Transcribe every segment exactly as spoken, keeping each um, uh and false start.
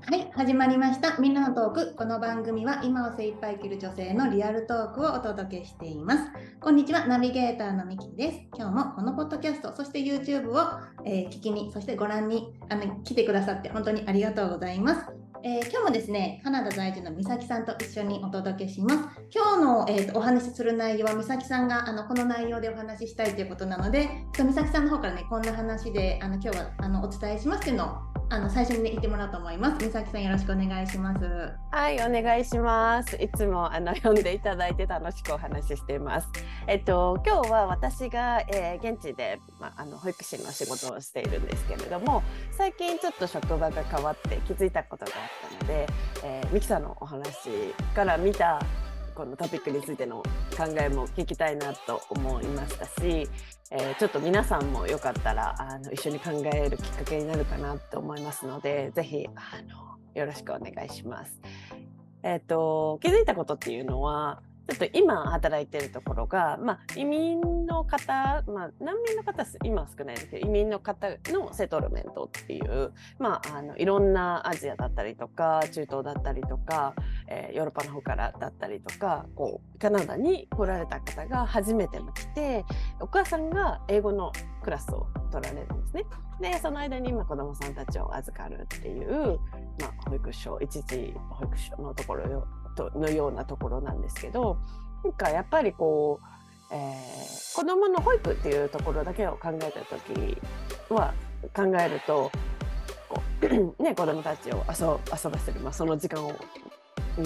はい、始まりました。みんなのトーク。この番組は今を精一杯生きる女性のリアルトークをお届けしています。こんにちは、ナビゲーターのみきです。今日もこのポッドキャスト、そして YouTube を、えー聞きに、そしてご覧にあの来てくださって本当にありがとうございます。えー今日もですね、カナダ在住のみさきさんと一緒にお届けします。今日の、えーとお話しする内容はみさきさんがあのこの内容でお話ししたいということなので、ちょっとみさきさんの方からね、こんな話であの今日はあのお伝えしますっていうのをあの最初に、ね、言ってもらおうと思います。みさきさんよろしくお願いします。 はい、お願いします。いつもあの読んでいただいて楽しくお話ししています。えっと今日は私が、えー現地で、まあ、あの保育士の仕事をしているんですけれども、最近ちょっと職場が変わって気づいたことがあったので、えー、ミキさんのお話から見たこのトピックについての考えも聞きたいなと思いましたし、えー、ちょっと皆さんもよかったらあの一緒に考えるきっかけになるかなと思いますので、ぜひあのよろしくお願いします。えっと、気づいたことっていうのは、ちょっと今働いてるところが、まあ、移民の方、まあ、難民の方今は少ないですけど、移民の方のセトルメントっていう、まあ、あのいろんなアジアだったりとか中東だったりとか、えーヨーロッパの方からだったりとか、こうカナダに来られた方が初めて来て、お母さんが英語のクラスを取られるんですね。でその間に今子どもさんたちを預かるっていう、まあ、保育所一時保育所のところのようなところなんですけど、なんかやっぱりこう、えー、子どもの保育っていうところだけを考えた時は考えるとこう、ね、子どもたちを 遊, 遊ばせる、まあ、その時間を、うん、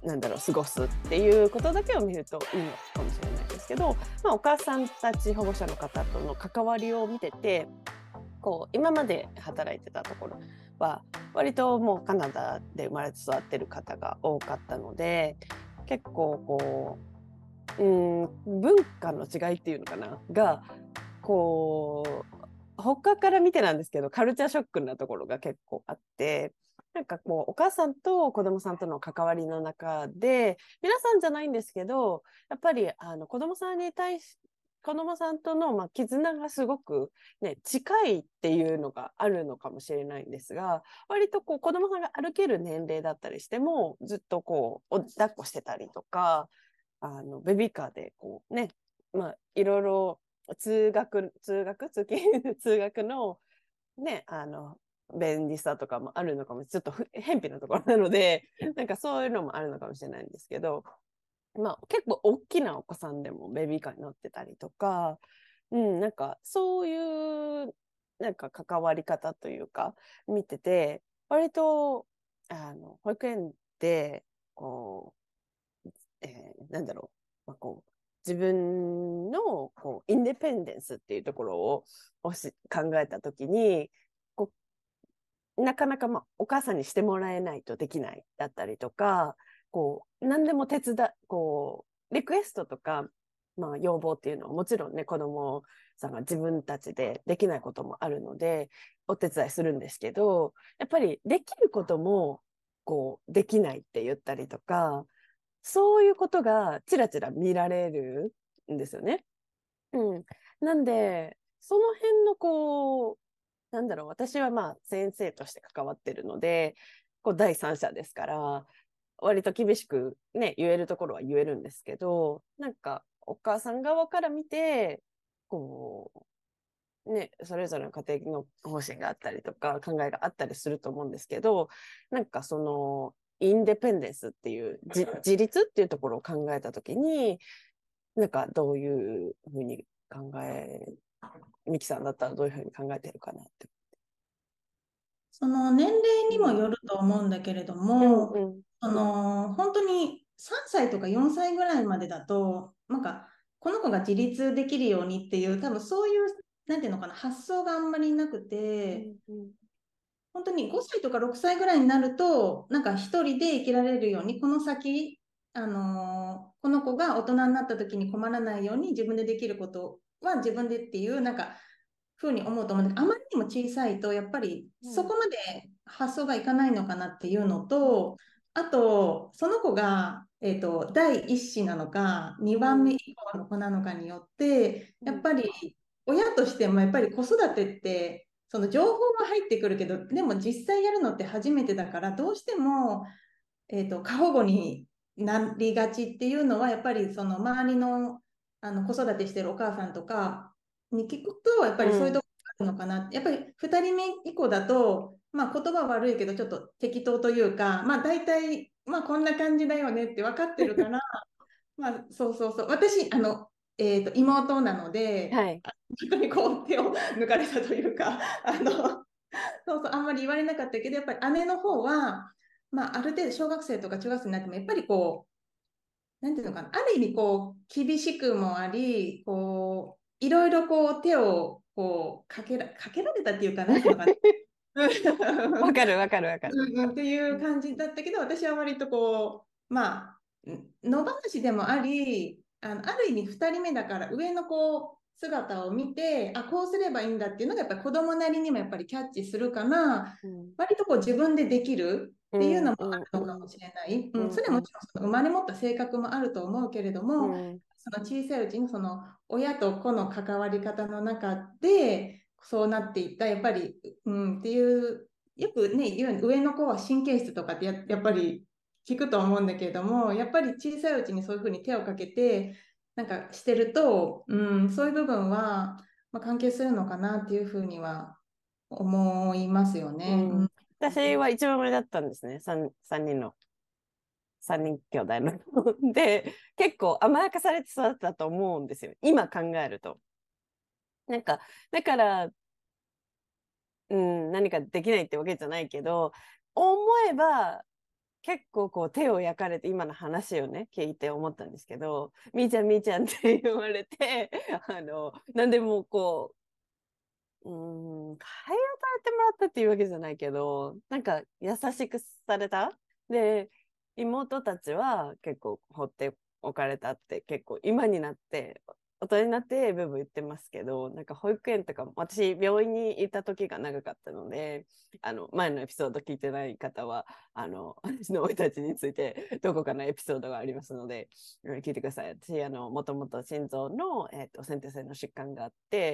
なんだろう過ごすっていうことだけを見るといいのかもしれないですけど、まあ、お母さんたち保護者の方との関わりを見てて、こう今まで働いてたところは割ともうカナダで生まれて育ってる方が多かったので、結構こう、うん、文化の違いっていうのかながこう他から見てなんですけどカルチャーショックなところが結構あって、なんかこうお母さんと子供さんとの関わりの中で皆さんじゃないんですけど、やっぱりあの子供さんに対し子供さんとの、まあ、絆がすごく、ね、近いっていうのがあるのかもしれないんですが、割とこう子供さんが歩ける年齢だったりしてもずっとこう抱っこしてたりとか、あのベビーカーでこうね、まあ、いろいろ通学通学通勤通学のね、あの便利さとかもあるのかも、ちょっと偏僻なところなので、なんかそういうのもあるのかもしれないんですけど、まあ、結構大きなお子さんでもベビーカーに乗ってたりとか、うん、なんかそういうなんか関わり方というか見てて、割とあの保育園でこう、えーなんだろう、まあ、こう自分のこうインデペンデンスっていうところを考えた時に、こうなかなか、まあ、お母さんにしてもらえないとできないだったりとか、こう何でも手伝こうリクエストとか、まあ、要望っていうのはもちろんね、子供さんが自分たちでできないこともあるのでお手伝いするんですけど、やっぱりできることもこうできないって言ったりとか、そういうことがちらちら見られるんですよね。うん、なんでその辺のこうなんだろう、私はまあ先生として関わってるので、こう第三者ですから、割と厳しくね、言えるところは言えるんですけど、なんかお母さん側から見て、こう、ね、それぞれの家庭の方針があったりとか、考えがあったりすると思うんですけど、なんかその、インデペンデンスっていう自立っていうところを考えたときに、なんかどういうふうに考え、ミキさんだったらどういうふうに考えてるかなって。 その年齢にもようんると思うんだけれどうんも、 うんその本当にさんさいとかよんさいぐらいまでだと、なんかこの子が自立できるようにっていう、多分そういう、なんていうのかな、発想があんまりなくて、 うんうん本当にごさいとかろくさいぐらいになると、なんか一人で生きられるように、この先、あのーこの子が大人になった時に困らないように自分でできることは自分でっていう、なんか、ふうに思うと思うんだけど、あまりにも小さいと、やっぱりそこまで発想がいかないのかなっていうのと、あと、その子が、えっと、第一子なのか、にばんめ以降の子なのかによって、やっぱり親としてもやっぱり子育てって、 その情報は入ってくるけど、でも実際やるのって初めてだから、どうしても、えーと、過保護になりがちっていうのは、やっぱりその周りの、あの子育てしてるお母さんとかに聞くと、やっぱりそういうところがあるのかなって、やっぱりふたりめ以降だと、まあ、言葉悪いけど、ちょっと適当というか、まあ、大体、まあ、こんな感じだよねって分かってるから、まあ、そうそうそう、私、あの、えーと、妹なので、 はい。 本当にこう手を抜かれたというか、あの、そうそう、あんまり言われなかったけど、やっぱり姉の方は、まあ、ある程度小学生とか中学生になっても、やっぱりこう、なんていうのかな、ある意味こう、厳しくもあり、こう、いろいろこう、手をこうかけら、かけられたっていうか、なんていうのかな。 わかるわかるわかる。 うんうんっていう感じだったけど、私は割とこう、まあ、野放しでもあり、あのある意味ふたりめだから上のこう姿を見て、あ、こうすればいいんだっていうのがやっぱり子供なりにもやっぱりキャッチするから、 うん、 割とこう自分でできるっていうのもあるのかもうんしれない。 ううん、それはもんちろんその生まれ持った性格もあると思うけれども、 うんその小さいうちにその親と子の関わり方の中でそうなっていった、やっぱり、うん、っていうよくね、言うように上の子は神経質とかってや、やっぱり聞くと思うんだけれども、やっぱり小さいうちにそういうふうに手をかけて、なんかしてると、うん、そういう部分は、まあ、関係するのかなっていうふうには思いますようね。うん。 ん、 私は一番上だったんですね、3, 三人の。さんにん兄弟の。で、結構甘やかされて育ったと思うんですよ。今考えると。なんか、だから、うん、何かできないってわけじゃないけど、思えば、結構こう手を焼かれて今の話をね聞いて思ったんですけど、みーちゃんみーちゃんって言われて、あの何でもこう、うん、買い与えてもらったっていうわけじゃないけど、なんか優しくされた。で、妹たちは結構放っておかれたって結構今になって大人になってブーブー言ってますけど、なんか保育園とかも私病院にいた時が長かったので、あの前のエピソード聞いてない方はあの私の生い立ちについてどこかのエピソードがありますので聞いてください。私あのもともと心臓の、えーと、先天性の疾患があって、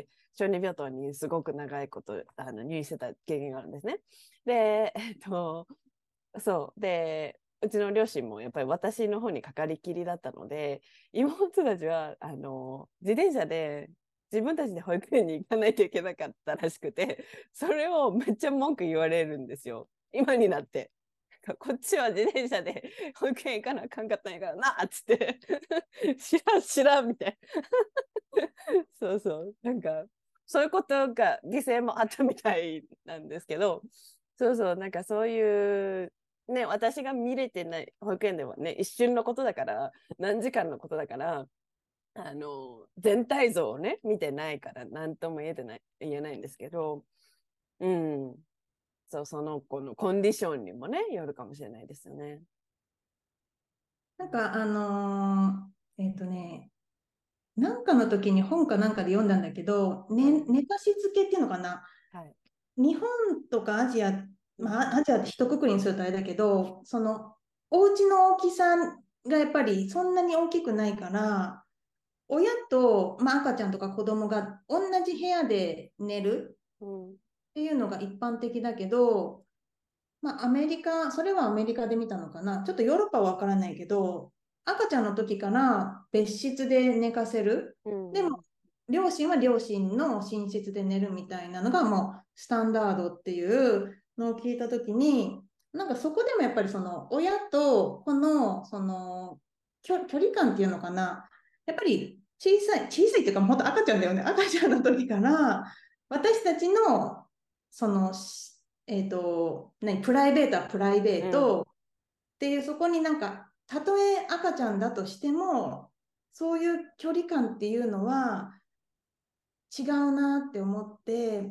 小児病棟にすごく長いことあの入院してた経験があるんですね。で、えっと、そうで、うちの両親もやっぱり私の方にかかりきりだったので、妹たちはあの自転車で自分たちで保育園に行かないといけなかったらしくて、それをめっちゃ文句言われるんですよ、今になって。こっちは自転車で保育園行かなあかんかったんやからなっつって知らん知らんみたいなそうそう、なんかそういうことが犠牲もあったみたいなんですけど、そうそう、なんかそういうね、私が見れてない保育園ではね、一瞬のことだから、何時間のことだから、あの全体像をね見てないから何とも言えてない言えないんですけど、うん、そう、その子のコンディションにもねよるかもしれないですよね。 なんかあのーえっとね、なんかの時に本かなんかで読んだんだけど、ね、 はい、 寝かしつけっていうのかな。 はい、 日本とかアジア、 うん、 まあ、アジアって一括りにするとあれだけど、そのお家の大きさがやっぱりそんなに大きくないから、親と、まあ、赤ちゃんとか子供が同じ部屋で寝るうん、 っていうのが一般的だけど、まあ、アメリカ、それはアメリカで見たのかな。ちょっとヨーロッパはわからないけど、赤ちゃんの時から別室で寝かせる。 うでも、 ん、 両親は両親の寝室で寝るみたいなのがもうスタンダードっていうのを聞いた時に、なんかそこでもやっぱりその親とこのその距距離感っていうのかな。やっぱり小さい、小さいっていうか、本当赤ちゃんだよね。赤ちゃんの時から私たちのそのえっと、何、プライベートはプライベうん、 ートっていう、そこになんか、たとえ赤ちゃんだとしても、そういう距離感っていうのは違うなって思って、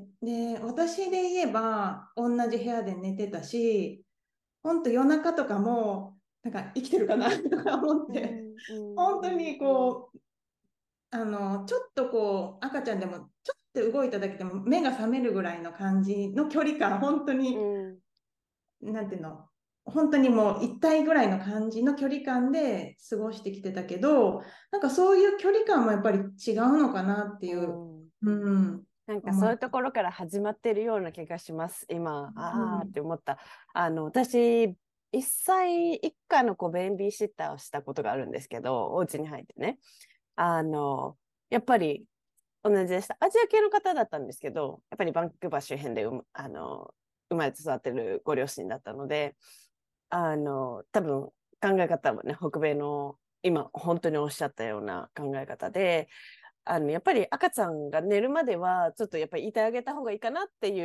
で、私で言えば、同じ部屋で寝てたし、本当夜中とかも、なんか生きてるかなとか思って、 うん、うん、 本当にうん、 こう、あの、ちょっとこう、赤ちゃんでも、ちょっと動いただけでも目が覚めるぐらいの感じの距離感、本当に、 うん、 なんていうの、本当にもう一体ぐらいの感じの距離感で過ごしてきてたけど、なんかそういう距離感もやっぱり違うのかなっていう。 うん、 うん。 なんか思いそういうところから始まってるような気がします。今、ああってう思った。あの、私、いっさい以下の子ベビーシッターをしたことがあるんですけど、お家に入ってね。あの、やっぱり同じでした。アジア系の方だったんですけど、やっぱりバンクーバー周辺でうあの生まれて育ってるご両親だったので、あの、多分考え方もね、北米の今本当におっしゃったような考え方で、あの、やっぱり赤ちゃんが寝るまでは、ちょっとやっぱりいてあげた方がいいかなっていう、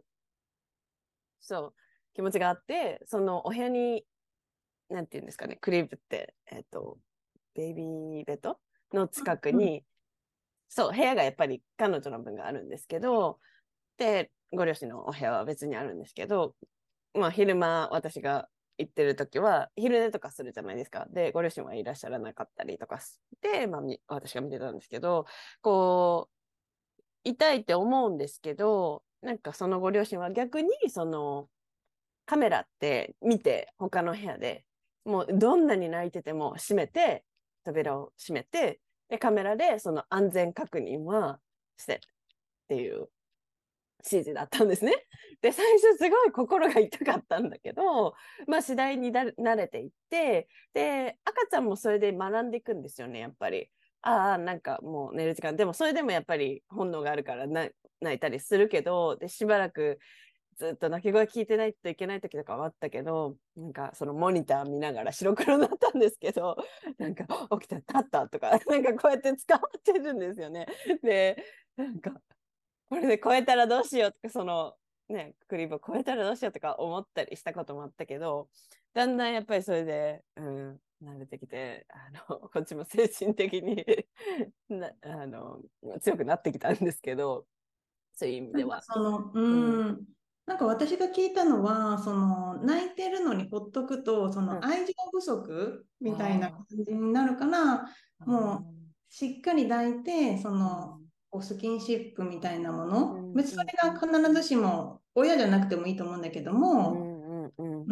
そう、気持ちがあって、そのお部屋に、なんていうんですかね、クリーブって、えっと、ベイビーベッドの近くんに、そう、部屋がやっぱり彼女の分があるんですけど、で、ご両親のお部屋は別にあるんですけど、まあ、昼間私が行ってる時は昼寝とかするじゃないですか。でご両親はいらっしゃらなかったりとかして、まあ、私が見てたんですけど、こう痛いって思うんですけど、なんかそのご両親は逆にそのカメラって見て他の部屋でもうどんなに泣いてても閉めて、扉を閉めて、でカメラでその安全確認はしてっていう指示だったんですね。で最初すごい心が痛かったんだけど、まあ次第に慣れていって、で赤ちゃんもそれで学んでいくんですよね、やっぱり。ああ、なんかもう寝る時間でもそれでもやっぱり本能があるから泣いたりするけど、でしばらくずっと泣き声聞いてないといけない時とかはあったけど、なんかそのモニター見ながら白黒になったんですけど、なんか起きた、立ったとか、なんかこうやって使ってるんですよね。で、なんかこれで超えたらどうしようとか、そのね、クリームを超えたらどうしようとか思ったりしたこともあったけど、だんだんやっぱりそれで、うん、慣れてきて、あの、こっちも精神的になあの強くなってきたんですけど、そういう意味なんかでは。 その、 うん、 うん、なんか私が聞いたのは、その泣いてるのにほっとくと、そうん、 の愛情不足みたいなあ感じになるから、 あ、 もうしっかり抱いて、そのうん、 こうスキンシップみたいなもの、 うん、 別にそうん、 れが必ずしも親じゃなくてもいいと思うんだけども、 うん、うん、うん、 うん、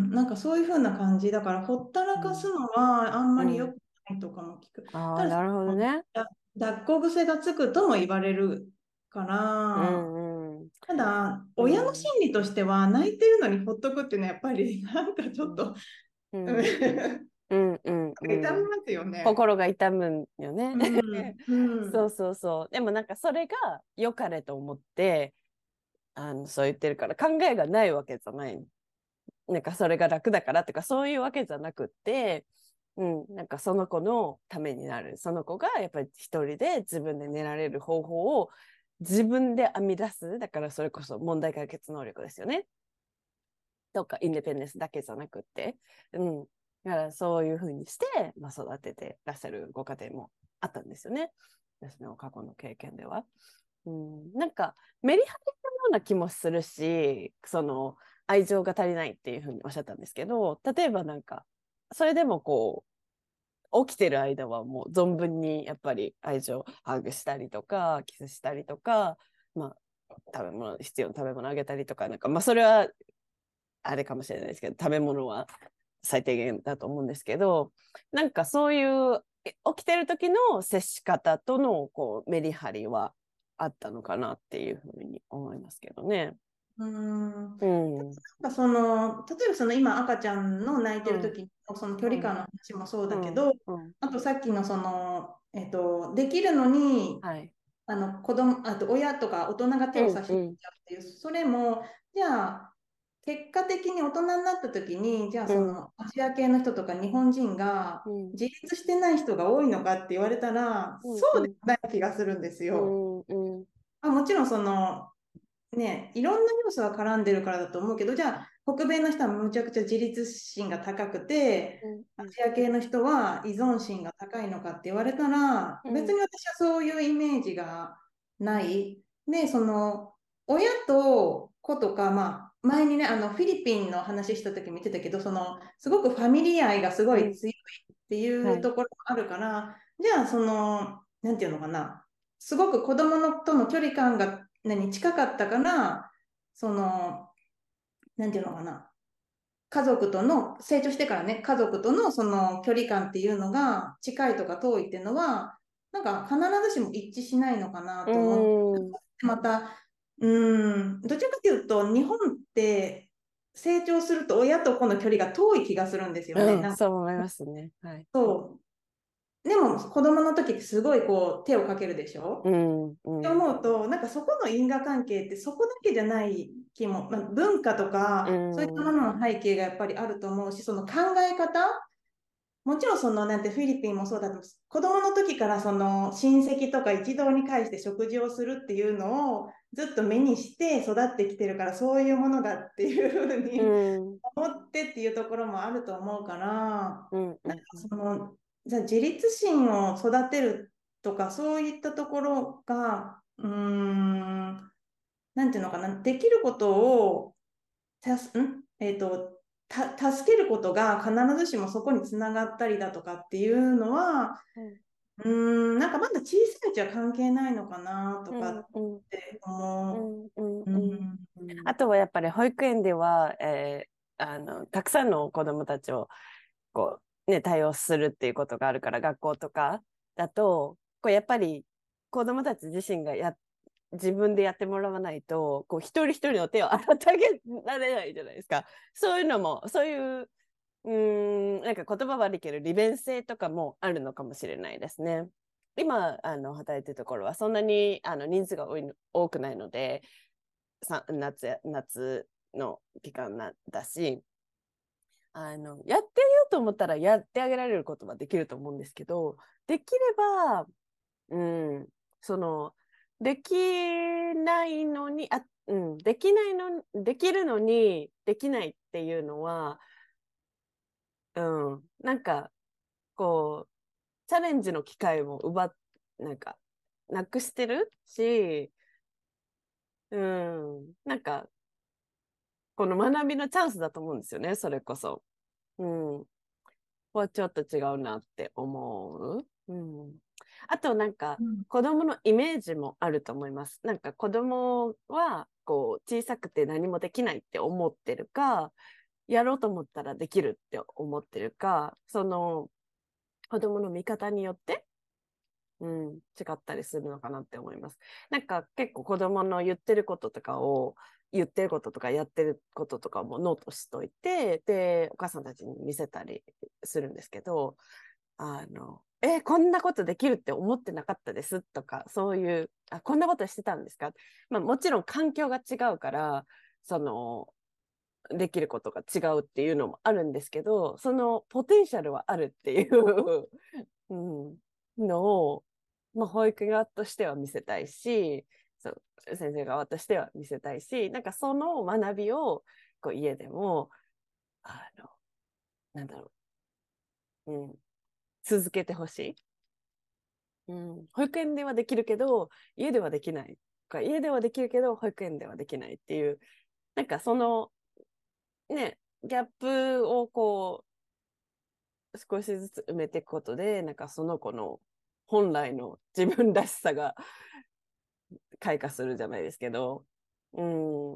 なんかそういう風な感じだから、ほったらかすのはあんまり良くないとかも聞く。 ああ、 ただ、 なるほどね。 だ抱っこ癖がつくとも言われるかうら、 ん、うん、 ただ、 う親のん、 心理としては、泣いてるのにほっとくっていうのは、やっぱり、なんかちょっと、 ううん、 ん、 痛うん、うん、 みうん。 ますよね。 心が痛むんよね。 うん、うそうん、 そうそう。でもなんかそれが良かれと思って、あの、そう言ってるから考えがないわけじゃない。なんかそれが楽だからとかそういうわけじゃなくって、うん、なんかその子のためになる。その子がやっぱり一人で自分で寝られる方法を自分で編み出す。だからそれこそ問題解決能力ですよね。とかインデペンデンスだけじゃなくって。うん。だからそういうふうにして、まあ、育ててらっしゃるご家庭もあったんですよね。私の過去の経験では。うん、なんかメリハリのような気もするし、その愛情が足りないっていうふうにおっしゃったんですけど、例えばなんかそれでもこう起きてる間はもう存分にやっぱり愛情ハグしたりとかキスしたりとか、まあ食べ物必要な食べ物あげたりとか、なんかまあそれはあれかもしれないですけど、食べ物は最低限だと思うんですけど、なんかそういう起きてる時の接し方とのこうメリハリはあったのかなっていうふうに思いますけどね。 うん。 うん。 なんかその、例えばその今赤ちゃんの泣いてるうん。 時のその距うん。 離感の話もそううん。 だけど、 うん。 あとさっきのその、えっと、できるのに、 はい。 あの子供、あと親とか大人が手をうん。 差し伸べうん。 ちゃうっていう、それも、じゃあ、結果的に大人になった時に、じゃあうん。 そのアジア系の人とか日本人がうん。 自立してない人が多いのかって言われたら、 うん。 そうでうん。 もない気がするんですよ。 うん。うん。 まあ、もちろんその、ね、いろんな要素が絡んでるからだと思うけど、じゃあ、北米の人はむちゃくちゃ自立心が高くて、アうん。 ジア系の人は依存心が高いのかって言われたら、別に私はそういうイメージがない。で、その、親と子とか、まあ、前にね、あの、フィリピンの話した時も言ってたけど、その、すごくファミリー愛がすごうん。 い強いっていうはい。 ところもあるから、じゃあ、その、なんていうのかな、すごく子供のとの距離感が何近かったから、その、なんていうのかな、家族との、成長してからね、家族とのその距離感っていうのが近いとか遠いっていうのは、なんか必ずしも一致しないのかなうと思って、 ん。 また、うん、どちらかというと、日本って成長すると親と子の距離が遠い気がするんですよね。 うん、 なんかそう思いますね。はい。 そう。でも、子供の時ってすごいこう手をかけるでしうょん、うってん、 思うと、なんかそこの因果関係ってそこだけじゃない気も、まあ、文化とうか、そういったもん、 のの背景がやっぱりあると思うし、その考え方、もちろんそのなんてフィリピンもそうだと思うんです。子供の時からその親戚とか一堂に会して食事をするっていうのをずっと目にして育ってきてるから、そういうものだっていうふううにん、 思ってっていうところもあると思うから、 うん、うなんかん、うん、 その、じゃあ自立心を育てるとか、そういったところが、うーん、なんていうのかな、できることを、たす、んえっと、た、助けることが必ずしもそこにつながったりだとかっていうのは、うーん、なんかまだ小さいうちは関係ないのかなとうん、 かっうん、 て思うん、うん、 う。ううん。 ん、 あとはやっぱり保育園では、えーあのたくさんの子どもたちをこう、ね、対応するっていうことがあるから、学校とかだとこうやっぱり子どもたち自身がや自分でやってもらわないとこう一人一人の手を洗ってあげられないじゃないですか。そういうのもそういううーんなんか言葉悪いけど利便性とかもあるのかもしれないですね。今あの働いてるところはそんなにあの人数が多い多くないので、さ夏夏の期間なんだし、あのやってあげようと思ったらやってあげられることはできると思うんですけど、できれば、うん、そのできないのにあ、うん、できないのできるのにできないっていうのは、うん、なんかこうチャレンジの機会を奪っなんかなくしてるし、うん、なんかこの学びのチャンスだと思うんですよね、それこそ。うん。はちょっと違うなって思う。うん。あとなんかうん、 子供のイメージもあると思います。なんか子供はこう小さくて何もできないって思ってるか、やろうと思ったらできるって思ってるか、その子供の見方によって、うん、違ったりするのかなって思います。なんか結構子供の言ってることとかを言ってることとかやってることとかもノートしといて、でお母さんたちに見せたりするんですけど、あのえこんなことできるって思ってなかったですとか、そういうあこんなことしてたんですか、まあ、もちろん環境が違うからそのできることが違うっていうのもあるんですけど、そのポテンシャルはあるっていう、うん、のを、まあ、保育側としては見せたいし、そう先生側としては見せたいし、なんかその学びをこう家でもあのなんだろう、うん、続けてほしい。うん、保育園ではできるけど家ではできないか、家ではできるけど保育園ではできないっていう、なんかそのねギャップをこう少しずつ埋めていくことで、なんかその子の本来の自分らしさが開花するじゃないですけど、うん、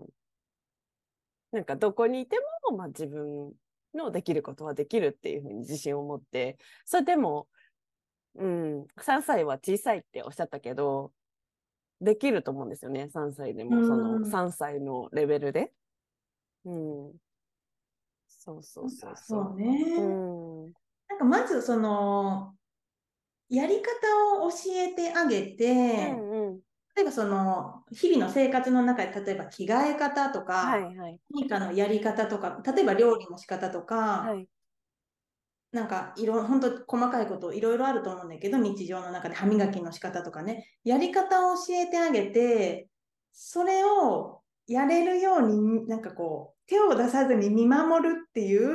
なんかどこにいても、まあ、自分のできることはできるっていうふうに自信を持って、それでも、うん、さんさいは小さいっておっしゃったけどできると思うんですよね、さんさいでうもそのん、 さんさいのレベルで。うん、そうそうなんかそうそそうね。 う。うん、 なんかまずその、やり方を教えてあげうて、 んうん。 例えばその、日々の生活の中で、例えば着替え方とか、 はいはい何かのやり方とか、例えば料理の仕方とか、 はいなんかいろ、本当細かいこといろいろあると思うんだけど、日常の中で歯磨きの仕方とかね、やり方を教えてあげて、それをやれるように、なんかこう、手を出さずに見守るっていう、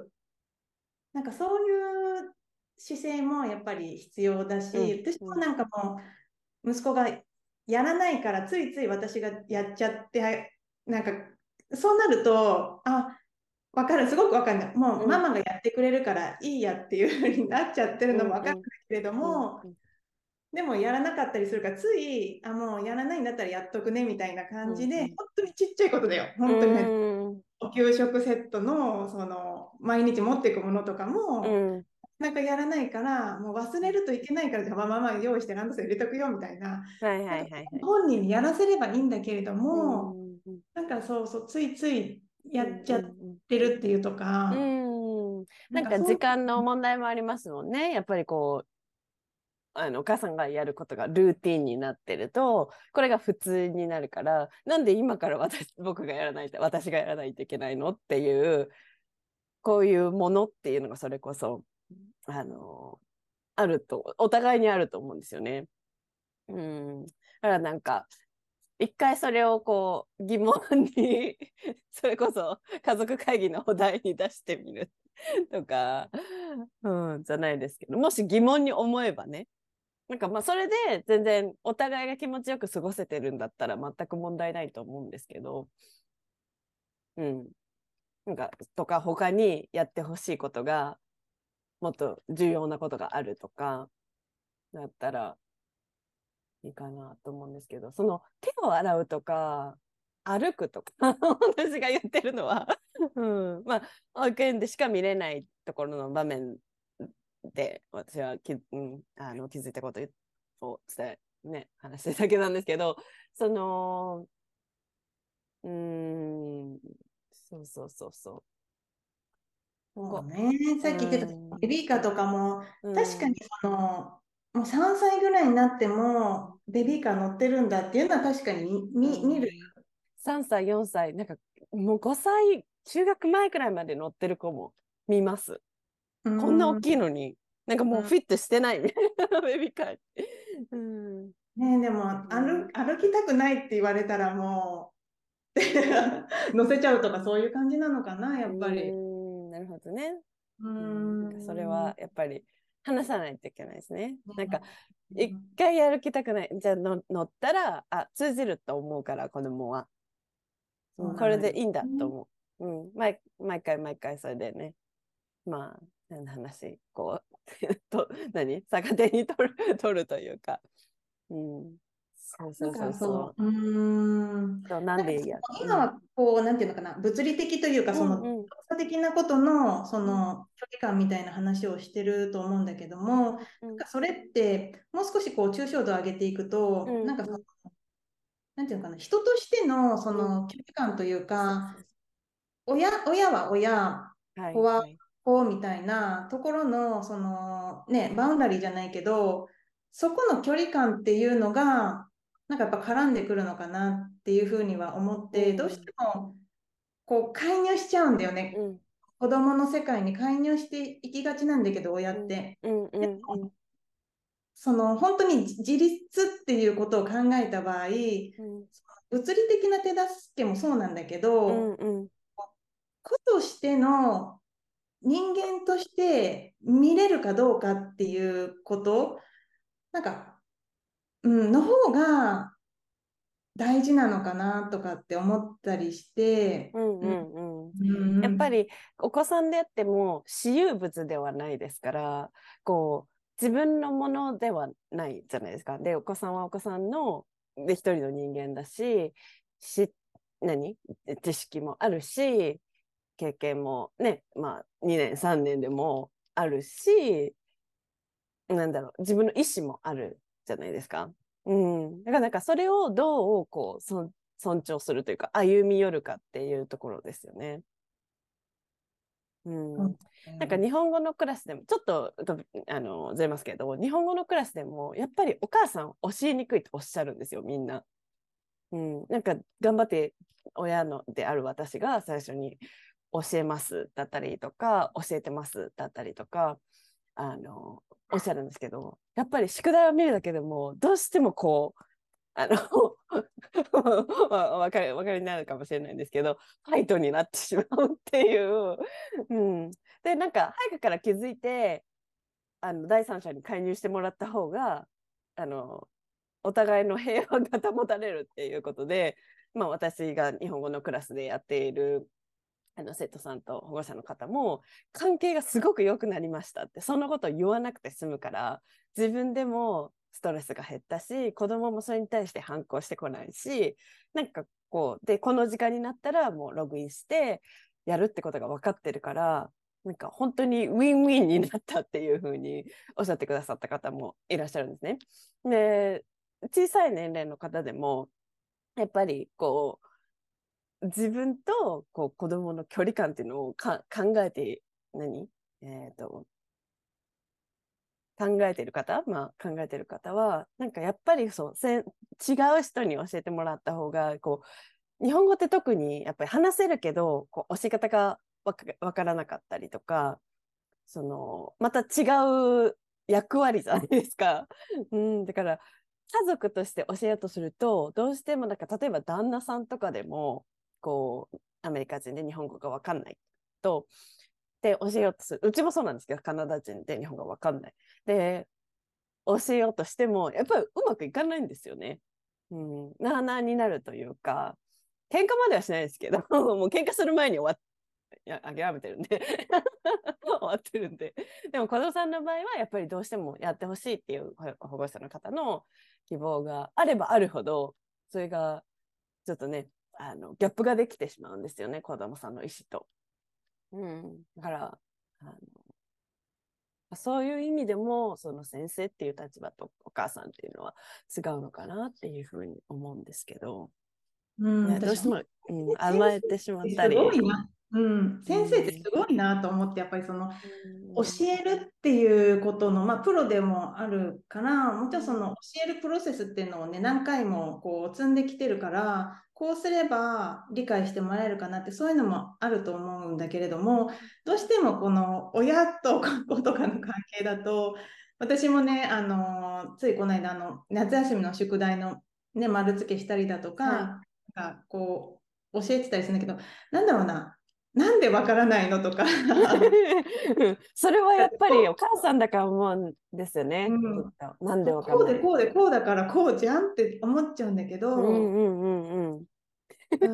なんかそういう姿勢もやっぱり必要だし、 うんうん私もなんかもう、息子がやらないから、ついつい私がやっちゃって、なんか、そうなると、あ、わかる、すごくわかるんだ。もうマうんマがやってくれるからいいやっていう風になっちゃってるのもわかるんだうんうんけれどうんも、でもやらなかったりするから、つい、あ、もうやらないんだったらやっとくねみたいなう感じで、 ん本当にちっちゃいことだよ。 う本当にね、 んうんお給食セットの、その、毎日持っていくものとかも、 うんなんかやらないから、もう忘れるといけないから、じゃあまあまあまあ用意してランドセル入れとくよみたいな、 はいはなんかいはいはい。 本人にやらせればいいんだけれどうも、 んうんなんかそうそう、ついついうんやっちゃっうんてるっていうとうか、 ん。うん。なんかなんかそういう、 時間の問題もありますもんね。やっぱりこう、あのお母さんがやることがルーティンになってるとこれが普通になるから、なんで今から私僕がやらないと私がやらないといけないのっていうこういうものっていうのがそれこそあのあるとお互いにあると思うんですよね。うん、だからなんか一回それをこう疑問にそれこそ家族会議のお題に出してみるとか、うん、じゃないですけど、もし疑問に思えばね、なんかまあそれで全然お互いが気持ちよく過ごせてるんだったら全く問題ないと思うんですけど、うん、なんかとか他にやってほしいことがもっと重要なことがあるとかだったらいいかなと思うんですけど、その手を洗うとか歩くとか私が言ってるのは、うん、まあ保育園でしか見れないところの場面で私はき、うん、あの気づいたことを伝えね話してるだけなんですけど、そのうーんそうそうそうそそうこうね、 うさっき言ってたベんビーカーとかも、 うん確かにその、もうさんさいぐらいになっても、ベビーカー乗ってるんだっていうのは確かにう見見る。 んさんさいよんさいなんかもうごさい中学前くらいまで乗ってる子も見ます。 うーこんな大ん、 きいのになんかもうフィットしてないみたいなベビーカー。うんね、でも歩、 うん歩きたくないって言われたらもう乗せちゃうとかそういう感じなのかな、やうっぱり。 ーんなるほどね。 うーうん、なんかそれはん。 やっぱり話さないといけないですね。なんかね、 一回歩きたくない。じゃあの乗ったら、あ、通じると思うから子供は。うん、こそうなのよ。 れでいいんだと思う。うん、毎、毎回毎回それでね。まあ、何の話、こう、と、何逆手に取る、取るというか。うん。そうそうそなんかうそそう、うーん。 う。そうななんかそのんでいいや。うん。 今はこう、なんていうのかな、物理的というか、その、動うんうん。 作的なことの、そうんの、距離感みたいな話をしてると思うんだけども、なんうんかそれって、もう少しこう、抽象度を上げていくと、なんかその、 うんうんなんていうのかな、人としての、そうん。 の、距離感というか、 そうそうそ親、親は親、 う。は子はいはい。 子みたいなところの、そのね、バウンダリーじゃないけど、そこの距離感っていうのが、なんかやっぱ絡んでくるのかなっていうふうには思って、どうしうん。 てもこう介入しちゃうんだよね。 うん子供の世界に介入していきがちなんだけど、親うんって。 うんうんうんその本当に自立っていうことを考えた場合、 うん物理的な手助けもそうなんだけうんど、 うん子としての人間として見れるかどうかっていうこと、なんか、うん、の方が大事なのかなとかって思ったりして、 うんううん、 んうん。 うん、 やっぱりお子さんであっても私有物ではないですから、こう自分のものではないじゃないですか。で、お子さんはお子さんので一人の人間だし、し、何知識もあるし、経験もね、まあにねんさんねんでもあるし、なんだろう、自分の意思もあるじゃないですか。うん。だからなんかそれをどうこう尊尊重するというか歩み寄るかっていうところですよね。うそうん。なんかね、 日本語のクラスでもちょっととあのずれますけど、日本語のクラスでもやっぱりお母さん教えにくいとおっしゃるんですよ、みんな。うん。なんか頑張って親のである私が最初に教えますだったりとか教えてますだったりとかあのおっしゃるんですけど、やっぱり宿題を見るだけでもどうしてもこうあのわかりわかりになるかもしれないんですけどファイトになってしまうっていう、うん、でなんか早くから気づいてあの第三者に介入してもらった方があのお互いの平和が保たれるっていうことで、まあ、私が日本語のクラスでやっているあの生徒さんと保護者の方も関係がすごく良くなりましたってそんなことを言わなくて済むから自分でもストレスが減ったし子供もそれに対して反抗してこないし、なんかこうでこの時間になったらもうログインしてやるってことが分かってるからなんか本当にウィンウィンになったっていうふうにおっしゃってくださった方もいらっしゃるんですね。で、小さい年齢の方でもやっぱりこう自分とこう子供の距離感っていうのをか考えて何、えーと考えてる方、まあ、考えてる方はなんかやっぱりそうせん違う人に教えてもらった方がこう日本語って特にやっぱり話せるけどこう教え方がわか、わからなかったりとかそのまた違う役割じゃないですか。うん、だから家族として教えようとするとどうしてもなんか例えば旦那さんとかでもこうアメリカ人で日本語がわかんないとで教えようとする。うちもそうなんですけどカナダ人で日本語がわかんない。で教えようとしてもやっぱりうまくいかないんですよね。うん、なあなあになるというか喧嘩まではしないですけどもう喧嘩する前に終わっいや諦めてるんで終わってるんででも子供さんの場合はやっぱりどうしてもやってほしいっていう保護者の方の希望があればあるほどそれがちょっとねあのギャップができてしまうんですよね子供さんの意思と。うん、だからあのそういう意味でもその先生っていう立場とお母さんっていうのは違うのかなっていうふうに思うんですけど、 うん、 ね、どう私しても、うん、 先甘えてしま生ってすごったり。 いな、うん、 う先生ってんすごいなと思って、やっぱりその教うんえるっていうことの、まあ、プロでもあるから、もちろんそうんの教えるプロセスっていうのをね、何回もこう積んできてるから、こうすれば理解してもらえるかなって、そういうのもあると思うんだけれども、どうしてもこの親と子とかの関係だと、私もね、あのついこの間あの夏休みの宿題の、ね、丸付けしたりだとか、 はい。 なんかこう教えてたりするんだけど、なんだろうな、なんでわからないのとかそれはやっぱりお母さんだから思うんですよね、きっうん、 と。なんでわかんこうでないのか。 こうでこうだからこうじゃんって思っちゃうんだけうんど、 うんうんうん。 うん、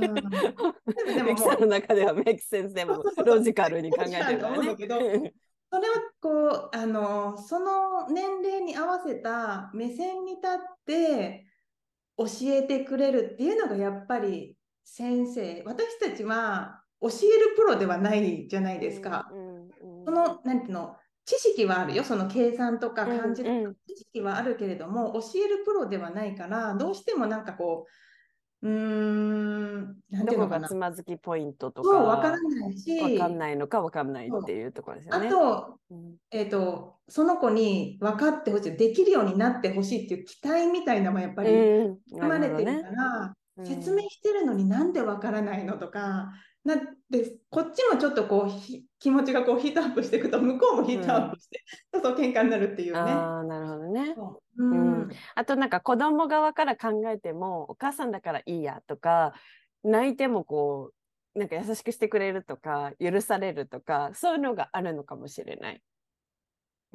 でもでミキさんのももう、 中ではメイクセンスでもそうそうそうそう、 ロジカルに考えこうじゃんっててるからね。 思うんだけど、それをこう、あの、その年齢に合わせた目線に立って教えてくれるっていうのがやっぱり先生、私たちは教えるプロではないじゃないですうんか。 うんうんその、なんていうの、知識はあるよ。その計算とかうん漢字とかうん。 知識はあるけれども、教えるプロではないから、どうしてもなんかこう、うーん、なんどこがていうのかな。 つまずきポイントとそう、わからか、 ないわかんし、 ないのかわかんないっそう、 ていうところですよあね。 と、 うん、 えっと、その子に分かってほしい、できるようになってほしいっていう期待みたいなのもやっぱりうん、な含るまれてるほどね。 から、 うん、 説明してるのになんで分からないのとか、なでこっちもちょっとこうひ気持ちがこうヒートアップしていくと、向こうもヒートアッうん。 プして、そうそう喧嘩になるっていうね。 ああ、なるほどね。 そう、 ううん、 ん。あとなんか子供側から考えても、お母さんだからいいやとか、泣いてもこう、なんか優しくしてくれるとか、許されるとか、そういうのがあるのかもしれない。うん。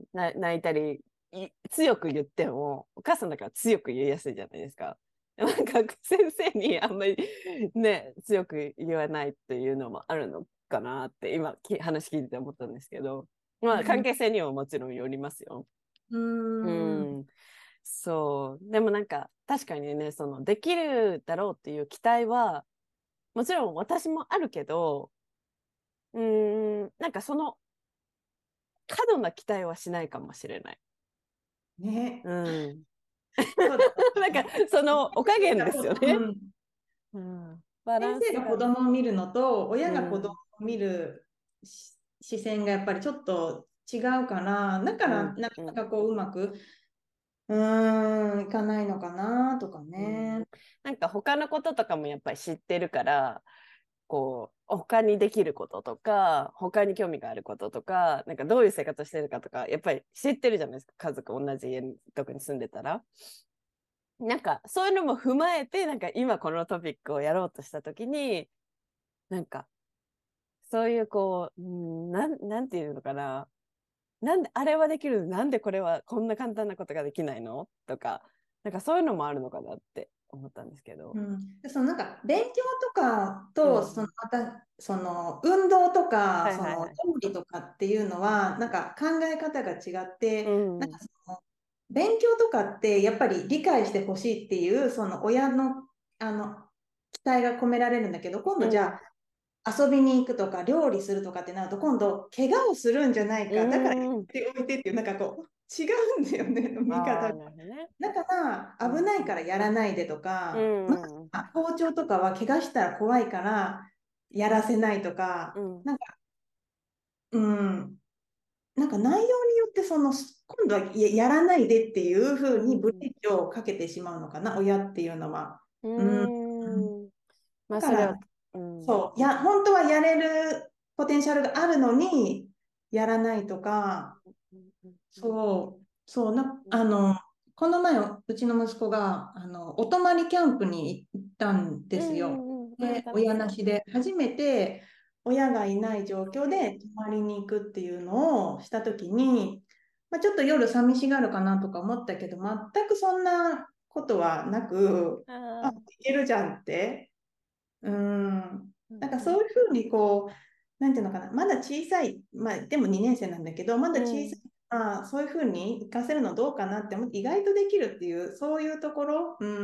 な泣いたり、い強く言っても、お母さんだから強く言いやすいじゃないですか。なんか先生にあんまりね、強く言わないっていうのもあるのかなって今き話聞いてて思ったんですけど、まあ関うん、 係性にはもちろんよりますよ。 ううん、 ん、そう。でもなんか確かにね、そのできるだろうっていう期待はもちろん私もあるけど、うーん、なんかその過度な期待はしないかもしれない。 ね、 うん。 そうだ、 なんかそのお加減ですよね。 うん、 うん、バラ先生が子ンスが。 供を見るのと親が子供うん、 を見るし視線がやっぱりちょっと違うから、だかうん、 らなかうん、 なかこううまくうーんいかないのかなとかうん。 ね。 なんか他のこととかもやっぱり知ってるから、こう他にできることとか他に興味があることとかなんかどういう生活をしてるかとかやっぱり知ってるじゃないですか家族同じ家に特に住んでたらなんかそういうのも踏まえてなんか今このトピックをやろうとした時になんかそういうこう、うん、なんなんていうのかななんであれはできるのなんでこれはこんな簡単なことができないのとかなんかそういうのもあるのかなって思ったんですけど。 うん、でそのなんか勉強とかとそのうん、 またその運動とかそのはいはいはい。 料理とかっていうのはなんか考え方が違っうて、なんん、 かその勉強とかってやっぱり理解してほしいっていうその親の、あの期待が込められるんだけど、今うん、 度じゃあ遊びに行くとか料理するとかってなると今度怪我をするんじゃないか、だからやっておいてっていうなんかこう違うんだよね、飲み方が。 ね、 だから危ないからやらないでとか、 うんまあ、包丁とかは怪我したら怖いからやらせないとか、 うん、 なんか、うん、なんか内容によってその今度は や, やらないでっていうふうにブレーキをかけてしまうのかな、親っていうのは。 ううん、 ん、まあそれは、 だから、 うん、 そう、や、本当はやれるポテンシャルがあるのに、やらないとか、そう、そうな、あの、この前、うちの息子が、あの、お泊まりキャンプに行ったんうですよ。 ん、うん、あ、 で、 楽しそう。 親なしで、初めて親がいない状況で泊まりに行くっていうのをしたときに、まあ、ちょっと夜寂しがるかなとか思ったけど、全くそんなことはなく、あ、 あいけるじゃんって。うん。 ー、 なんかそういうふうにこう、なんていうのかな、まだ小さい、まあでもにねん生なんだけど、まだ小さい、まあそういうふうに活かせるのどうかなって思って、意外とできるっていう、そういうところ、うん、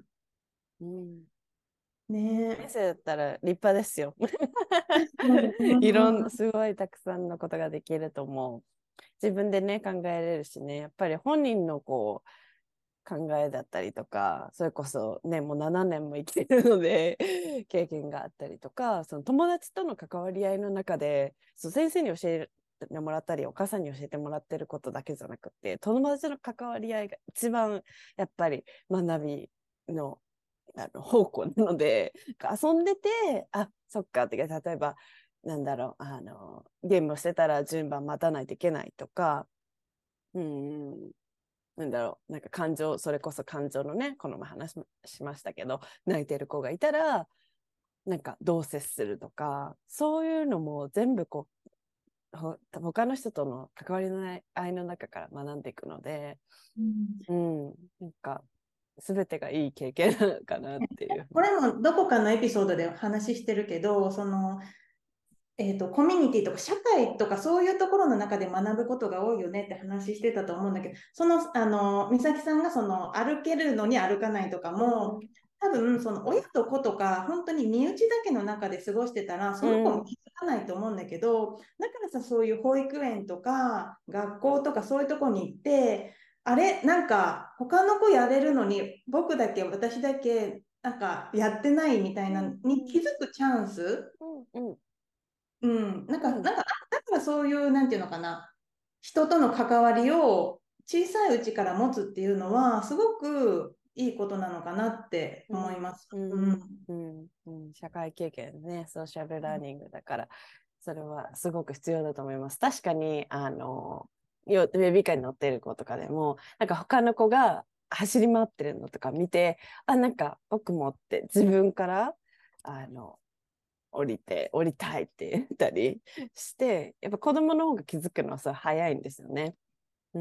うん、先ね生だったら立派ですよ。 え。うんういろん、 んうんすごいたくさんのことができると思う。自分でね、考えれるしね、やっぱり本人のこう、考えだったりとか、それこそね、もうななねんも生きてるので、経験があったりとか、その友達との関わり合いの中で、そう先生に教えてもらったり、お母さんに教えてもらってることだけじゃなくて、友達の関わり合いが一番やっぱり学びのあの宝庫なので、遊んでて、あ、そっかって、例えば、なんだろう、あの、ゲームをしてたら順番待たないといけないとか、うん、なんだろう、なんか感情、それこそ感情のね、この前話しましたけど、泣いてる子がいたら、なんかどう接するとか、そういうのも全部こう、ほ他の人との関わりの合いの中から学んでいくので、 うん。 うん、なんか、すべてがいい経験なのかなっていう。 これもどこかのエピソードで話してるけど、その、えーと、コミュニティとか社会とかそういうところの中で学ぶことが多いよねって話してたと思うんだけど、その、あの、美咲さんがその歩けるのに歩かないとかも、 うん、 多分その親と子とか本当に身内だけの中で過ごしてたらそうの子もん、 気づかないと思うんだけど、だからさ、そういう保育園とか学校とかそういうとこに行って、あれなんか他の子やれるのに僕だけ私だけなんかやってないみたいなうん、うん、 に気づくチャンス、 うん、 うん、なんか、なんうん、 か、あだからそういう、なんていうのかな、人との関わりを小さいうちから持つっていうのは、すごくいいことなのかなってうん、 思います。 ううん。 ん、うん、うん、社会経験ね、ソーシャルラーニングだから、それはすごく必要だと思います。確かに、あの、よベビーカーに乗ってる子とかでも、なんか他の子が走り回ってるのとか見て、あ、なんか僕もって自分から、あの、降りて、降りたいって言ったりして、やっぱ子供の方が気づくのはそれ早いんですよね。うん。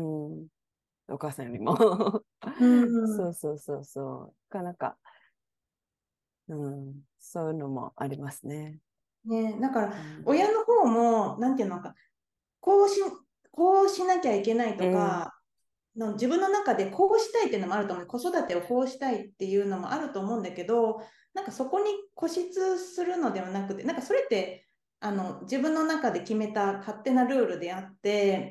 お母さんよりも。 うん。 そうそうそうそう。なかなか、うん、そういうのもありますね。 ね、だから、 うん。 親の方も、なんていうのか、こうし、こうしなきゃいけないうん。 とか、の自分の中でこうしたいっていうのもあると思う。子育てをこうしたいっていうのもあると思うんだけど、なんかそこに固執するのではなくて、なんかそれってあの自分の中で決めた勝手なルールであって、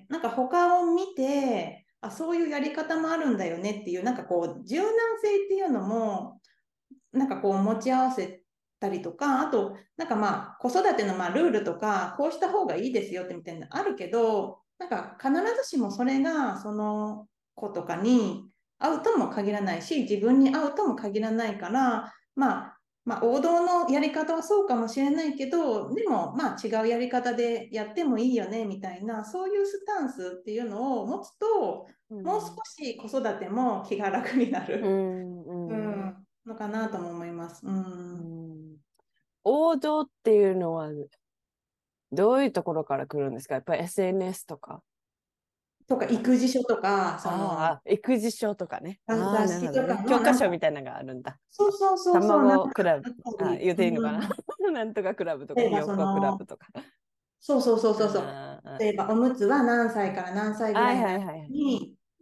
なんか他を見て、あ、そういうやり方もあるんだよねっていう、なんかこう柔軟性っていうのも、なんかこう持ち合わせたりとか、あと、なんかまあ子育てのまあルールとか、こうした方がいいですよってみたいなのあるけど、なんか必ずしもそれがその子とかに合うとも限らないし、自分に合うとも限らないから、まあ、まあ王道のやり方はそうかもしれないけど、でもまあ違うやり方でやってもいいよねみたいな、そういうスタンスっていうのを持つと、もう少うん。 し子育ても気が楽になうる。うん。うん。 ん、のかなとも思います。ううん。 ん。王道っていうのは、どういうところから来るんですか？やっぱり エスエヌエス とか。 とか、育児書とか、その、 ああ、育児書とかね。ああ、な雑誌るほどね。教とかの、なんか、 科書みたいなのがあるんだ。 そうそうそうそう、なんか卵クラブ、 あったあ、 り、 言うていいのかな？ うん、 なんとかクラブとか、 例えばひよっこクラその、 ブとか。 そうそうそうそうそう、 ああ、 例えばおむつは何歳から何歳ぐはいらいの間はいはい。 に、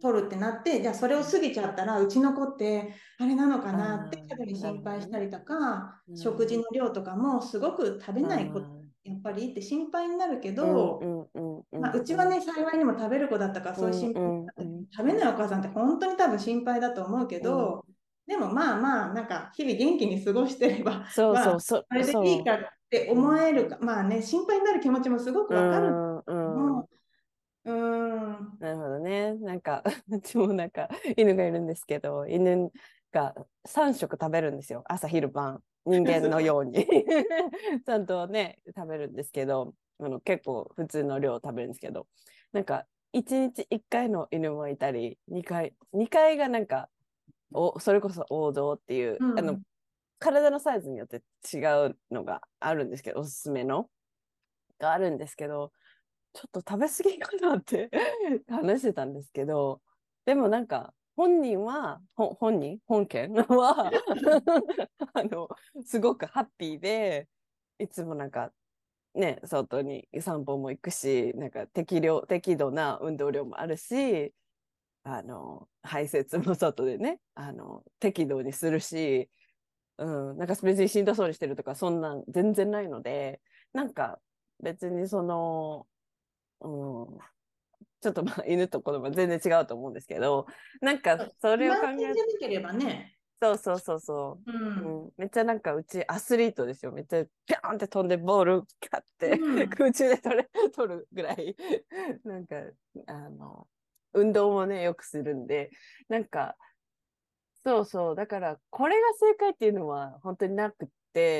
取るってなって、じゃあそれを過ぎちゃったらうちの子ってあれなのかあなって過度にあ、なる心ほどね。 配したりとか、 うん、 食事の量とかもすごく食べうない子ん、 やっぱりって心配になるけうん、 ど、 うん、うん、うまあ、うん、うん、 ちはね、幸いにも食べる子だったから、 うん、 そういう心配うん、うん、 食べないお母さんって本当に多分心配だと思うけうん。 ど、でもまあまあ、なんか日々元気に過ごしてれば、 そうまあ、 そう、そ、 あれでいいそかってう。うん、 思えるか、まあね、心配になる気持ちもすごくうわかるん、うん。 の、うーん、 なるほどね。なんか、うちもなんか、犬がいるんですけど、犬がさん食食べるんですよ。朝、昼、晩。人間のように。ちゃんとね、食べるんですけど、あの結構普通の量食べるんですけど、なんか、いちにちいっかいの犬もいたり、にかい、にかいがなんか、お、それこそ王道っていう、あの、 うん、 体のサイズによって違うのがあるんですけど、おすすめのがあるんですけど、ちょっと食べ過ぎかなって話してたんですけど、でもなんか、本人は、ほ本人本件はあの、すごくハッピーで、いつもなんか、ね、外に散歩も行くし、なんか適量、適度な運動量もあるし、あの、排泄も外でね、あの、適度にするし、うん、なんか別にしんどそうにしてるとか、そんなん全然ないので、なんか別にその、うん、ちょっとまあ犬と子供は全然違うと思うんですけど、なんかそれを考肥満系え、 じゃなければね、 そうそうそうそうう、 ん、 うん、めっちゃなんかうちアスリートですよ。めっちゃピャーンって飛んでボール買っうてん、 空中で取れ、取るぐらい、なんか、あの、運動もね、よくするんで、なんか、そうそう、だからこれが正解っていうのは本当になくって、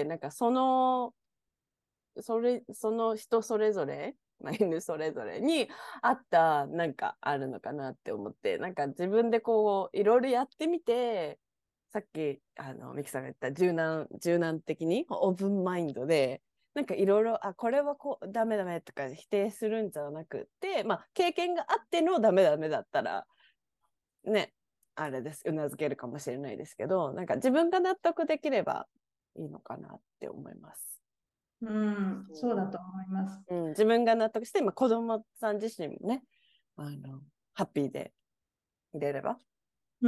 なんかその、それ、その人それぞれ、まあ、犬それぞれに合ったなんかあるのかなって思って、なんか自分でこういろいろやってみて、さっきあのミキさんが言った柔軟、柔軟的にオープンマインドで、なんかいろいろ、あ、これはこうダメダメとか否定するんじゃなくて、まあ経験があってのダメダメだったら、ね、あれです、うなずけるかもしれないですけど、なんか自分が納得できればいいのかなって思います。 うん、そうだと思います。 うん、自分が納得して、まあ、子供さん自身もね、あの、ハッピーでいれれば。 うん。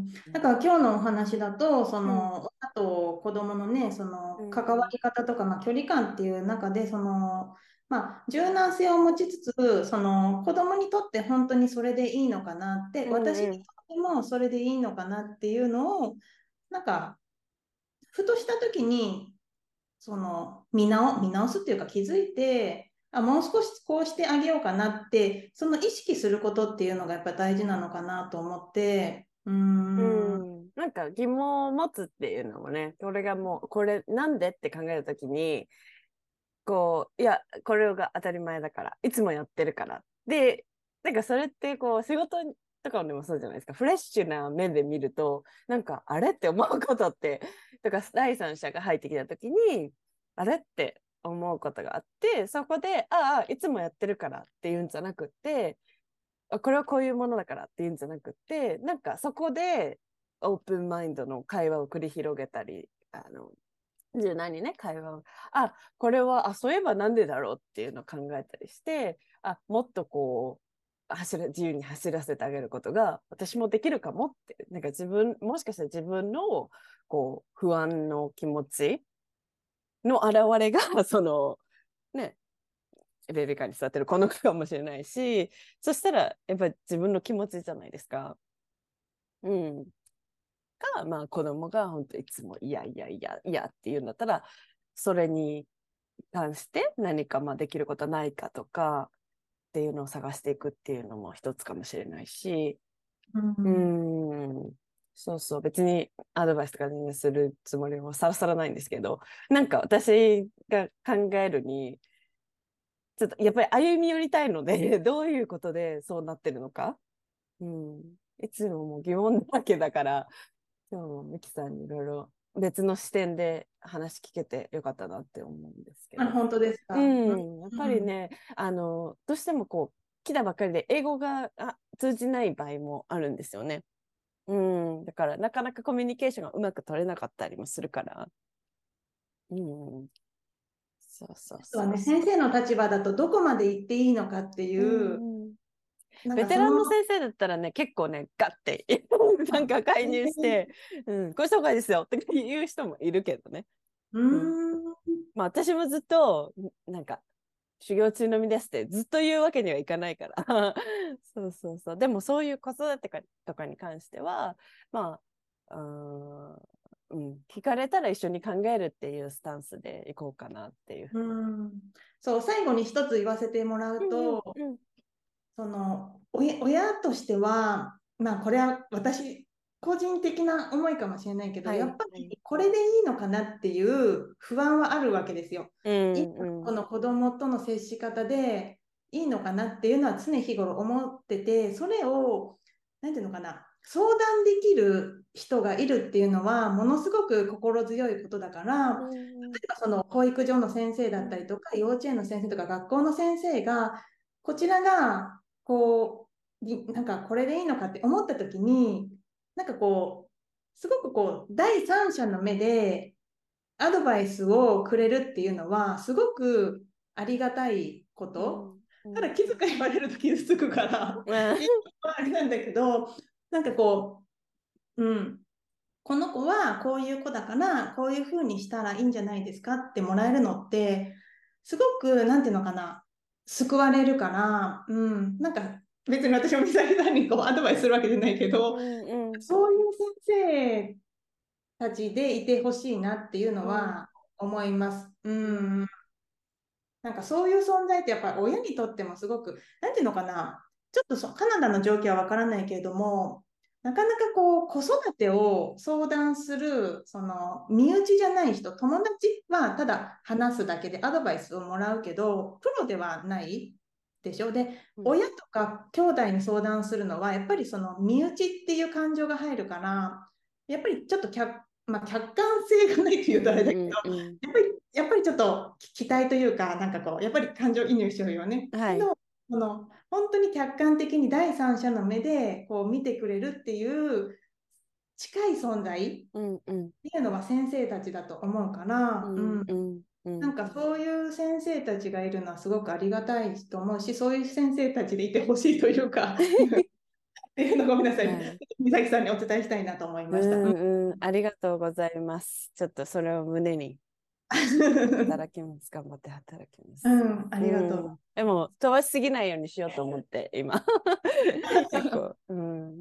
うん。 だから今日のお話だと、そうん。 の、親と子供のね、その、関わうん。 り方とか、まあ、距離感っていう中で、その、まあ、柔軟性を持ちつつ、その、子供にとって本当にそれでいいのかなって、 うん。 私にとうん。 ってもそれでいいのかなっていうのを、なんか、ふとした時に、その、見直、見直すっていうか気づいて、あ、もう少しこうしてあげようかなって、その意識することっていうのがやっぱ大事なのかなと思って、うーうん、 ん。なんか疑問を持つっていうのもね、これがもう、これなんでって考えるときに、こう、いや、これが当たり前だから、いつもやってるから。で、なんかそれってこう、仕事とかでもそうじゃないですか。フレッシュな目で見ると、なんか、あれって思うことって、とか、第三者が入ってきたときに、あれって思うことがあって、そこで、ああ、いつもやってるからっていうんじゃなくって、あ、これはこういうものだからっていうんじゃなくって、なんかそこで、オープンマインドの会話を繰り広げたり、あの、柔軟にね、会話を。あ、これは、あ、そういえばなんでだろうっていうのを考えたりして、あ、もっとこう、走ら、自由に走らせてあげることが、私もできるかもって、なんか自分、もしかしたら自分の、こう、不安の気持ちの表れが、その、ね、ベビーカーに座ってるこの子かもしれないし、そしたら、やっぱり自分の気持ちじゃないですか。うん。か、まあ子供が本当いつもいやいやいやいやって言うんだったら、それに関して何かまあできることないかとかっていうのを探していくっていうのも一つかもしれないし、 ううん、 ーん、そうそう、別にアドバイスとか全然するつもりもさらさらないんですけど、なんか私が考えるに、ちょっとやっぱり歩み寄りたいので、どういうことでそうなってるのか、うん、いつももう疑問だらけだから、今日もミキさんにいろいろ別の視点で話聞けてよかったなって思うんですけあ、 ど。 本当ですうか。うん、 ん、やっぱりね、あの、どうしてもこう、来たばっかりで英語があ通じない場合もあるんですよね。うん、だからなかなかコミュニケーションがうまく取れなかったりもするから。うん、そうそうあとはね、 そうそ先生の立場だとどこまで行っていいのかってう。ういう、 ん、 ベテランの先生だったらね、結構ね、ガッてなんか介入して、うん、こうした方がいいですよって言う人もいるけどね。 うーん、 まあ私もずっとなんか修行中の身ですってずっと言うわけにはいかないからそうそうそう。でもそういう子育てとかに関してはまあ、うんうん、聞かれたら一緒に考えるっていうスタンスでいこうかなっていう。 うん、そう最後に一つ言わせてもらうと、 うんうんその親親としては、まあこれは私個人的な思いかもしれないけど、 はい、 やっぱりこれでいいのかなっていう不安はあるわけですよ。 うん今うんこの子供との接し方でいいのかなっていうのは常日頃思ってて、それをなんていうのかな、相談できる人がいるっていうのはものすごく心強いことだから、 うん例えばその保育所の先生だったりとか、幼稚園の先生とか学校の先生がこちらがこうなんかこれでいいのかって思った時に、なんかこうすごくこう第三者の目でアドバイスをくれるっていうのはすごくありがたいこうと。 んうんただ気遣い言われると傷つくからいいあれなんだけど、なんかこう、うん、この子はこういう子だからこういう風にしたらいいんじゃないですかってもらえるのってすごくなんていうのかな、救われるから、うん、なんか別に私も美咲さんにこうアドバイスするわけじゃないけど、 うんうんそういう先生たちでいてほしいなっていうのうんは思います。ううんん、なんかそういう存在ってやっぱり親にとってもすごく、なんていうのかな、ちょっとそカナダの状況はわからないけれども、なかなかこう子育てを相談するその身内じゃない人、友達はただ話すだけでアドバイスをもらうけど、プロではないでしょ。で、 うん親とか兄弟に相談するのはやっぱりその身内っていう感情が入るから、やっぱりちょっと客、まあ、客観性がないというとあれだけど、 うんうんやっぱりやっぱりちょっと期待というか、なんかこう、やっぱり感情移入しちゃうよね。 はい。 けど、その本当に客観的に第三者の目でこう見てくれるっていう近い存在っうんうんていうのは先生たちだと思うから、 ううん、 んうんうんなんかそういう先生たちがいるのはすごくありがたいと思うし、そういう先生たちでいてほしいというかっていうのをごめんなさい、 はい。 美咲さんにお伝えしたいなと思いうました。うんんうん、ありがとうございます。ちょっとそれを胸に働きます。頑張って働きまうす。 ん、あうりがとう。 ん、でも飛ばしすぎないようにしようと思って今結構、うん、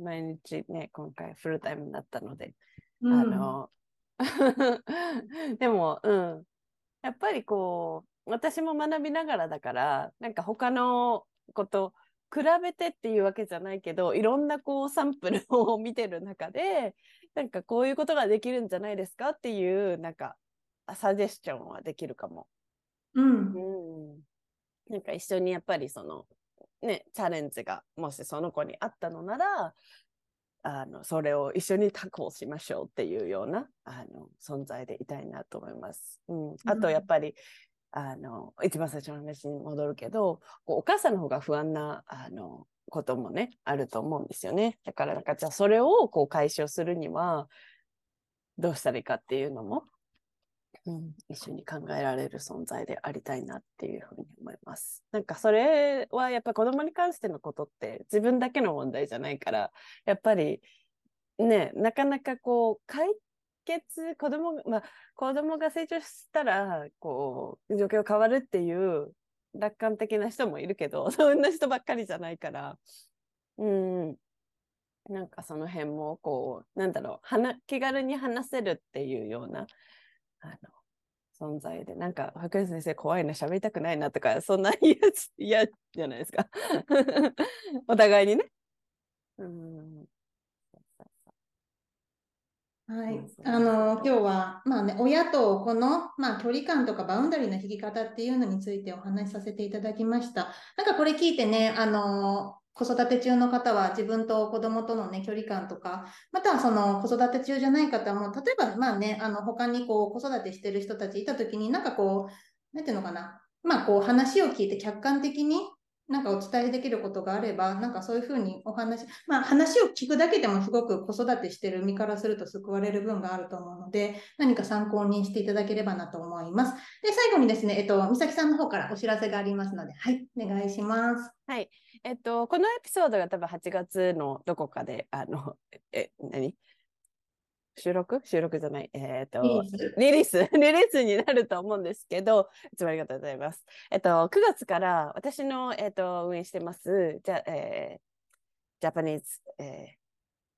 毎日ね今回フルタイムだったので、 うん、 あのでも、うん、やっぱりこう私も学びながらだからなんか他のこと比べてっていうわけじゃないけどいろんなこうサンプルを見てる中でなんかこういうことができるんじゃないですかっていうなんかサジェスチョンはできるかも。 ううん、 ん、なんか一緒にやっぱりそのねチャレンジがもしその子にあったのならあのそれを一緒に確保しましょうっていうようなあの存在でいたいなと思います。うん、あとやっぱりあの一番最初の話に戻るけどこうお母さんの方が不安なあのこともねあると思うんですよね。だからなんかじゃあそれをこう解消するにはどうしたらいいかっていうのも、うん、一緒に考えられる存在でありたいなっていうふうに思います。なんかそれはやっぱ子供に関してのことって自分だけの問題じゃないからやっぱりねなかなかこう解決子供、まあ、子供が成長したらこう状況変わるっていう楽観的な人もいるけどそんな人ばっかりじゃないからうんなんかその辺もこうなんだろうはな気軽に話せるっていうようなあの存在でなんか保育園先生怖いな喋りたくないなとかそんな嫌嫌じゃないですかお互いにね。うんはい、 そうそうあの今日は、まあね、親と子の、まあ、距離感とかバウンダリーの引き方っていうのについてお話しさせていただきました。なんかこれ聞いてね、あの子育て中の方は自分と子供との、ね、距離感とか、またはその子育て中じゃない方も、例えば、まあね、あの他にこう子育てしてる人たちいたときに、なんかこう、なんていうのかな、まあこう話を聞いて客観的になんかお伝えできることがあれば、なんかそういうふうにお話、まあ話を聞くだけでもすごく子育てしてる身からすると救われる分があると思うので、何か参考にしていただければなと思います。で、最後にですね、えっと、美咲さんの方からお知らせがありますので、はい、お願いします。 はい。 えっと、このエピソードが多分はちがつのどこかで、あの、え、何収録収録じゃない。えっと、リリースリリースになると思うんですけど、いつもありがとうございます。えっと、くがつから私の、えっと、運営してます、じゃ、えー、ジャパニーズ、えー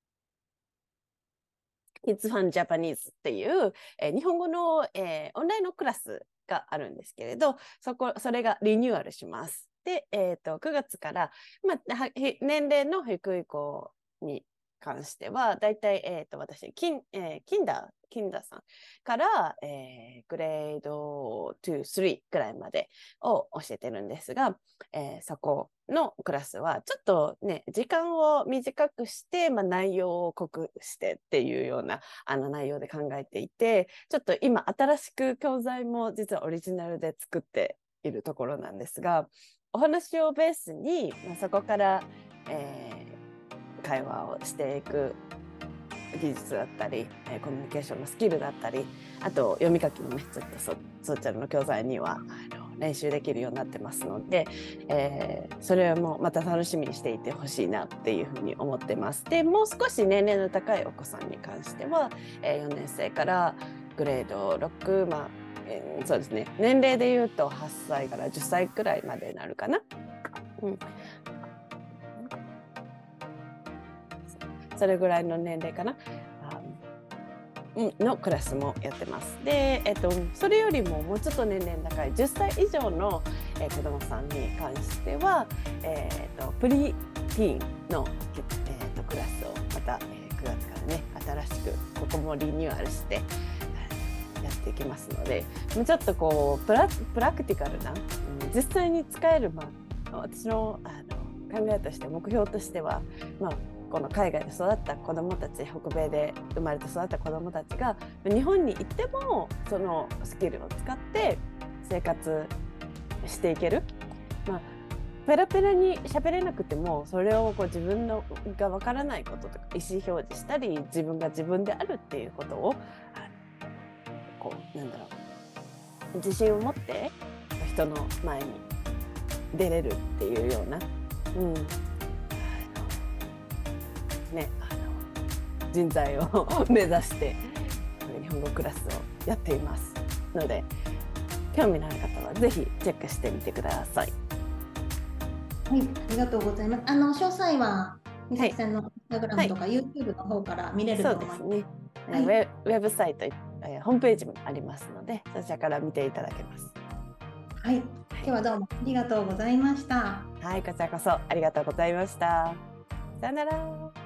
Kids Fun Japanese っていう、えー、日本語の、えー、オンラインのクラスがあるんですけれど、そこ、それがリニューアルします。で、えっと、くがつから、まあ、年齢の低い子に関しては、だいたい、えっと、私、キン、えー、キンダー、キンダーさんから、えー、グレードに、さんくらいまでを教えてるんですが、えー、そこのクラスはちょっとね、時間を短くして、まあ、内容を濃くしてっていうようなあの内容で考えていて、ちょっと今新しく教材も実はオリジナルで作っているところなんですが、お話をベースに、まあ、そこから、えー、会話をしていく技術だったり、えー、コミュニケーションのスキルだったり、あと読み書きもね、ちょっと そ, そちらの教材にはあの練習できるようになってますので、えー、それもまた楽しみにしていてほしいなっていうふうに思ってます。で、もう少し年齢の高いお子さんに関しては、えー、よねん生からグレードろく、まあえー、そうですね、年齢でいうとはっさいからじゅっさいくらいまでになるかな。うん、それぐらいの年齢かなのクラスもやってます。で、えっと、それよりももうちょっと年齢高いじゅっさい以上の、えー、子どもさんに関しては、えー、とプリティーンの、えー、とクラスをまた、えー、くがつからね新しくここもリニューアルしてやっていきますので、もうちょっとこうプラ、プラクティカルな、うん、実際に使える、まあ、私の、あの考えとして目標としては、まあこの海外で育った子どもたち、北米で生まれて育った子どもたちが日本に行ってもそのスキルを使って生活していける、まあ、ペラペラに喋れなくてもそれをこう自分のがわからないこととか意思表示したり、自分が自分であるっていうことをこうなんだろう自信を持って人の前に出れるっていうような、うんね、あの人材を目指して日本語クラスをやっていますので、興味のある方はぜひチェックしてみてください。 はい、ありがとうございます。あの詳細は美咲さんのインスタグラムとか YouTube の方から見れると思います。 そうですね。はい、ウェ、ウェブサイト、えー、ホームページもありますので、そちらから見ていただけます。 はい、今日はどうもありがとうございました。 はい、こちらこそありがとうございました。さよなら。